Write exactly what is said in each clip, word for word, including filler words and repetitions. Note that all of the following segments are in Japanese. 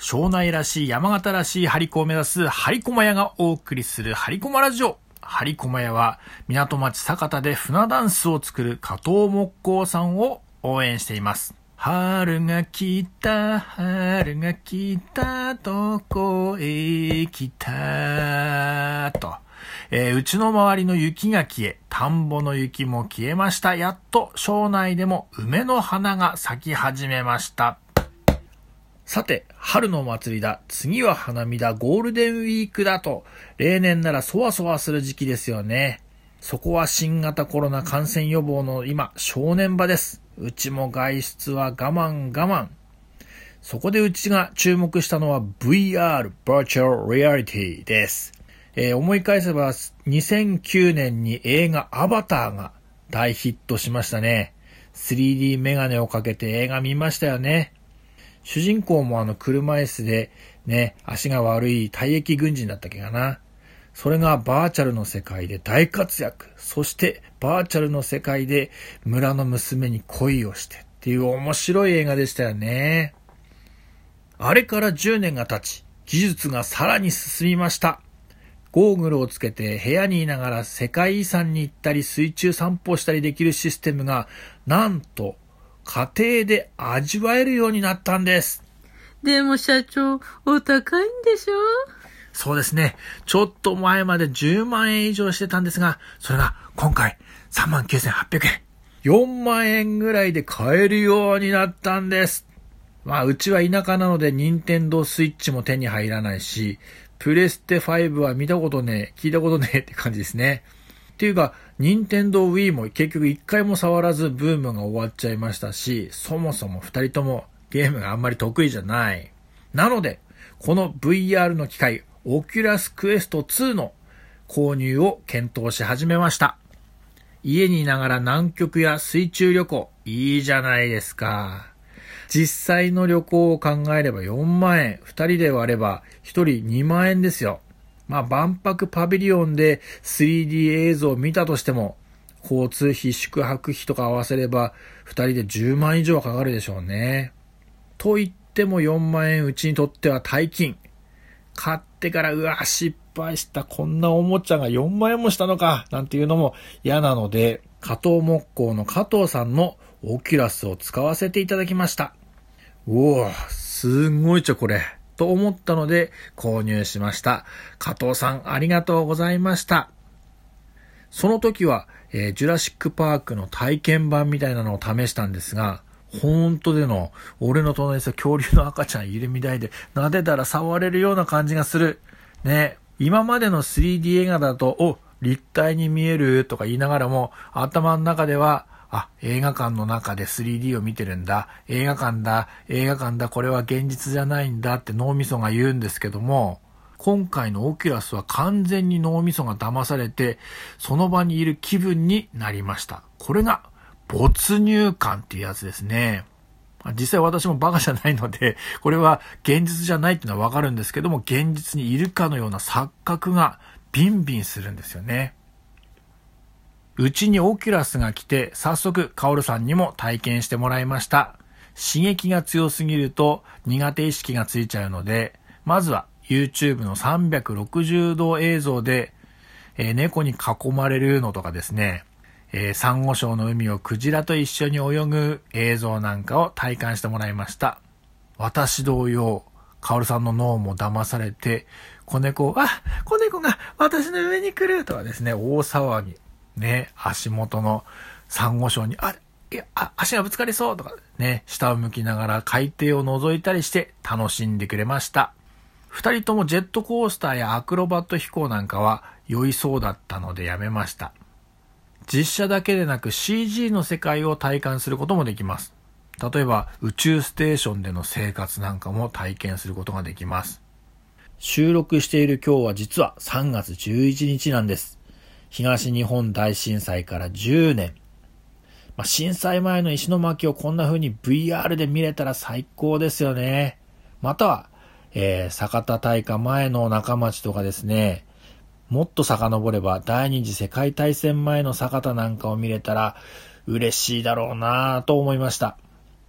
庄内らしい山形らしい張り子を目指す張り駒屋がお送りする張り駒ラジオ。張り駒屋は港町酒田で船ダンスを作る加藤木工さんを応援しています。春が来た、春が来た、どこへ来たと、えー、うちの周りの雪が消え、田んぼの雪も消えました。やっと庄内でも梅の花が咲き始めました。さて、春の祭りだ、次は花見だ、ゴールデンウィークだと、例年ならそわそわする時期ですよね。そこは新型コロナ感染予防の今、正念場です。うちも外出は我慢我慢。そこでうちが注目したのは ブイアール、Virtual Reality です。えー、思い返せばにせんきゅうねんに映画アバターが大ヒットしましたね。スリーディー メガネをかけて映画見ましたよね。主人公もあの車椅子でね、足が悪い退役軍人だったっけかな。それがバーチャルの世界で大活躍。そしてバーチャルの世界で村の娘に恋をしてっていう面白い映画でしたよね。あれからじゅうねんが経ち、技術がさらに進みました。ゴーグルをつけて部屋にいながら世界遺産に行ったり水中散歩したりできるシステムがなんと家庭で味わえるようになったんです。 でも社長、お高いんでしょ？ そうですね。ちょっと前までじゅうまんえん以上してたんですが、それが今回さんまんきゅうせんはっぴゃくえん。よんまんえんぐらいで買えるようになったんです。まあ、うちは田舎なので任天堂スイッチも手に入らないし、プレステファイブは見たことねえ、聞いたことねえって感じですね。っていうか、任天堂 Wii も結局一回も触らずブームが終わっちゃいましたし、そもそも二人ともゲームがあんまり得意じゃない。なので、この ブイアール の機械、オキュラスクエストツーの購入を検討し始めました。家にいながら南極や水中旅行、いいじゃないですか。実際の旅行を考えればよんまんえん、二人で割れば一人にまんえんですよ。まあ万博パビリオンで スリーディー 映像を見たとしても、交通費、宿泊費とか合わせれば二人でじゅうまん以上かかるでしょうね。と言ってもよんまんえんうちにとっては大金。買ってからうわ失敗した、こんなおもちゃがよんまんえんもしたのかなんていうのも嫌なので、加藤木工の加藤さんのオキュラスを使わせていただきました。おお、すごいっちゃこれと思ったので購入しました。加藤さんありがとうございました。その時は、えー、ジュラシックパークの体験版みたいなのを試したんですが、本当での俺の隣にさ恐竜の赤ちゃんいるみたいで、撫でたら触れるような感じがするね。今までの スリーディー 映画だとお立体に見えるとか言いながらも、頭の中ではあ、映画館の中で スリーディー を見てるんだ。映画館だ。映画館だ。これは現実じゃないんだって脳みそが言うんですけども、今回のオキュラスは完全に脳みそが騙されて、その場にいる気分になりました。これが没入感っていうやつですね。実際私もバカじゃないので、これは現実じゃないっていうのはわかるんですけども、現実にいるかのような錯覚がビンビンするんですよね。うちにオキュラスが来て、早速カオルさんにも体験してもらいました。刺激が強すぎると苦手意識がついちゃうので、まずは YouTube のさんびゃくろくじゅうど映像で、えー、猫に囲まれるのとかですね、えー、サンゴ礁の海をクジラと一緒に泳ぐ映像なんかを体感してもらいました。私同様、カオルさんの脳も騙されて、子猫、あ、子猫が私の上に来るとかですね、大騒ぎ。ね、足元のサンゴ礁に、あ、いや、あ、足がぶつかりそうとかね、下を向きながら海底を覗いたりして楽しんでくれました。二人ともジェットコースターやアクロバット飛行なんかは酔いそうだったのでやめました。実写だけでなく シージー の世界を体感することもできます。例えば宇宙ステーションでの生活なんかも体験することができます。収録している今日は実はさんがつじゅういちにちなんです。東日本大震災からじゅうねん。まあ、震災前の石巻をこんな風に ブイアール で見れたら最高ですよね。または、えー、酒田大火前の中町とかですね、もっと遡れば第二次世界大戦前の酒田なんかを見れたら嬉しいだろうなぁと思いました。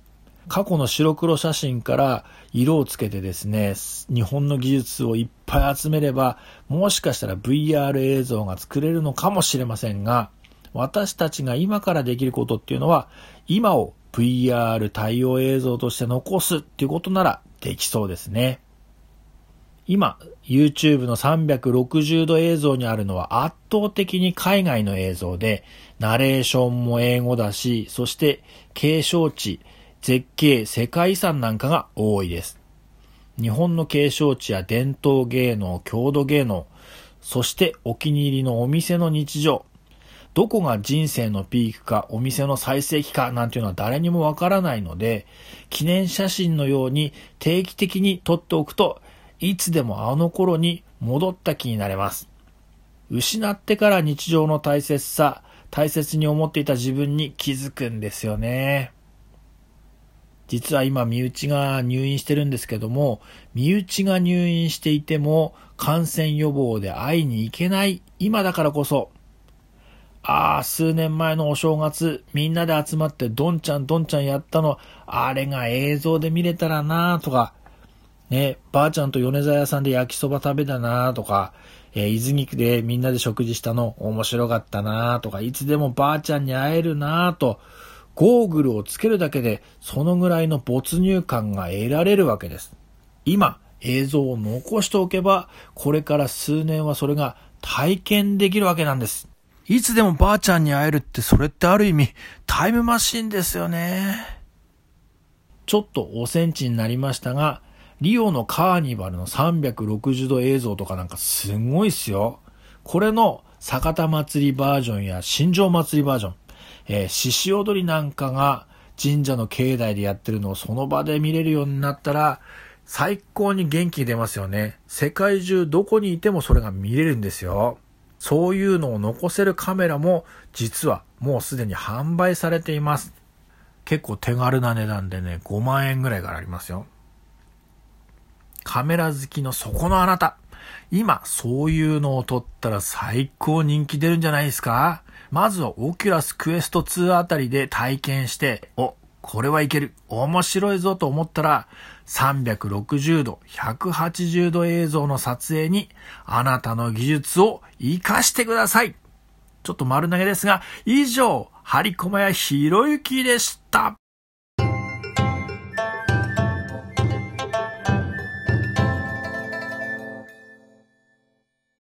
過去の白黒写真から色をつけてですね、日本の技術をいっぱい集めれば、もしかしたら ブイアール 映像が作れるのかもしれませんが、私たちが今からできることっていうのは、今を ブイアール 対応映像として残すっていうことならできそうですね。今、YouTube のさんびゃくろくじゅうど映像にあるのは圧倒的に海外の映像で、ナレーションも英語だし、そして景勝地、絶景、世界遺産なんかが多いです。日本の景勝地や伝統芸能、郷土芸能、そしてお気に入りのお店の日常、どこが人生のピークか、お店の最盛期かなんていうのは誰にもわからないので、記念写真のように定期的に撮っておくと、いつでもあの頃に戻った気になれます。失ってから日常の大切さ、大切に思っていた自分に気づくんですよね。実は今身内が入院してるんですけども、身内が入院していても感染予防で会いに行けない今だからこそ、ああ、数年前のお正月、みんなで集まってどんちゃんどんちゃんやったの、あれが映像で見れたらなとか、ね、ばあちゃんと米沢屋さんで焼きそば食べたなとか、えー、伊豆肉でみんなで食事したの面白かったなとか、いつでもばあちゃんに会えるなと、ゴーグルをつけるだけでそのぐらいの没入感が得られるわけです。今、映像を残しておけば、これから数年はそれが体験できるわけなんです。いつでもばあちゃんに会えるって、それってある意味タイムマシンですよね。ちょっとおセンチになりましたが、リオのカーニバルのさんびゃくろくじゅうど映像とかなんかすごいっすよ。これの酒田祭りバージョンや新庄祭りバージョン、えー、獅子踊りなんかが神社の境内でやってるのをその場で見れるようになったら、最高に元気出ますよね。世界中どこにいてもそれが見れるんですよ。そういうのを残せるカメラも実はもうすでに販売されています。結構手軽な値段でね、ごまんえんぐらいからありますよ。カメラ好きのそこのあなた、今そういうのを撮ったら最高人気出るんじゃないですか。まずはオキュラスクエストツーあたりで体験して、お、これはいける、面白いぞと思ったら、さんびゃくろくじゅうど、ひゃくはちじゅうど映像の撮影にあなたの技術を活かしてください。ちょっと丸投げですが、以上、張駒屋ひろゆきでした。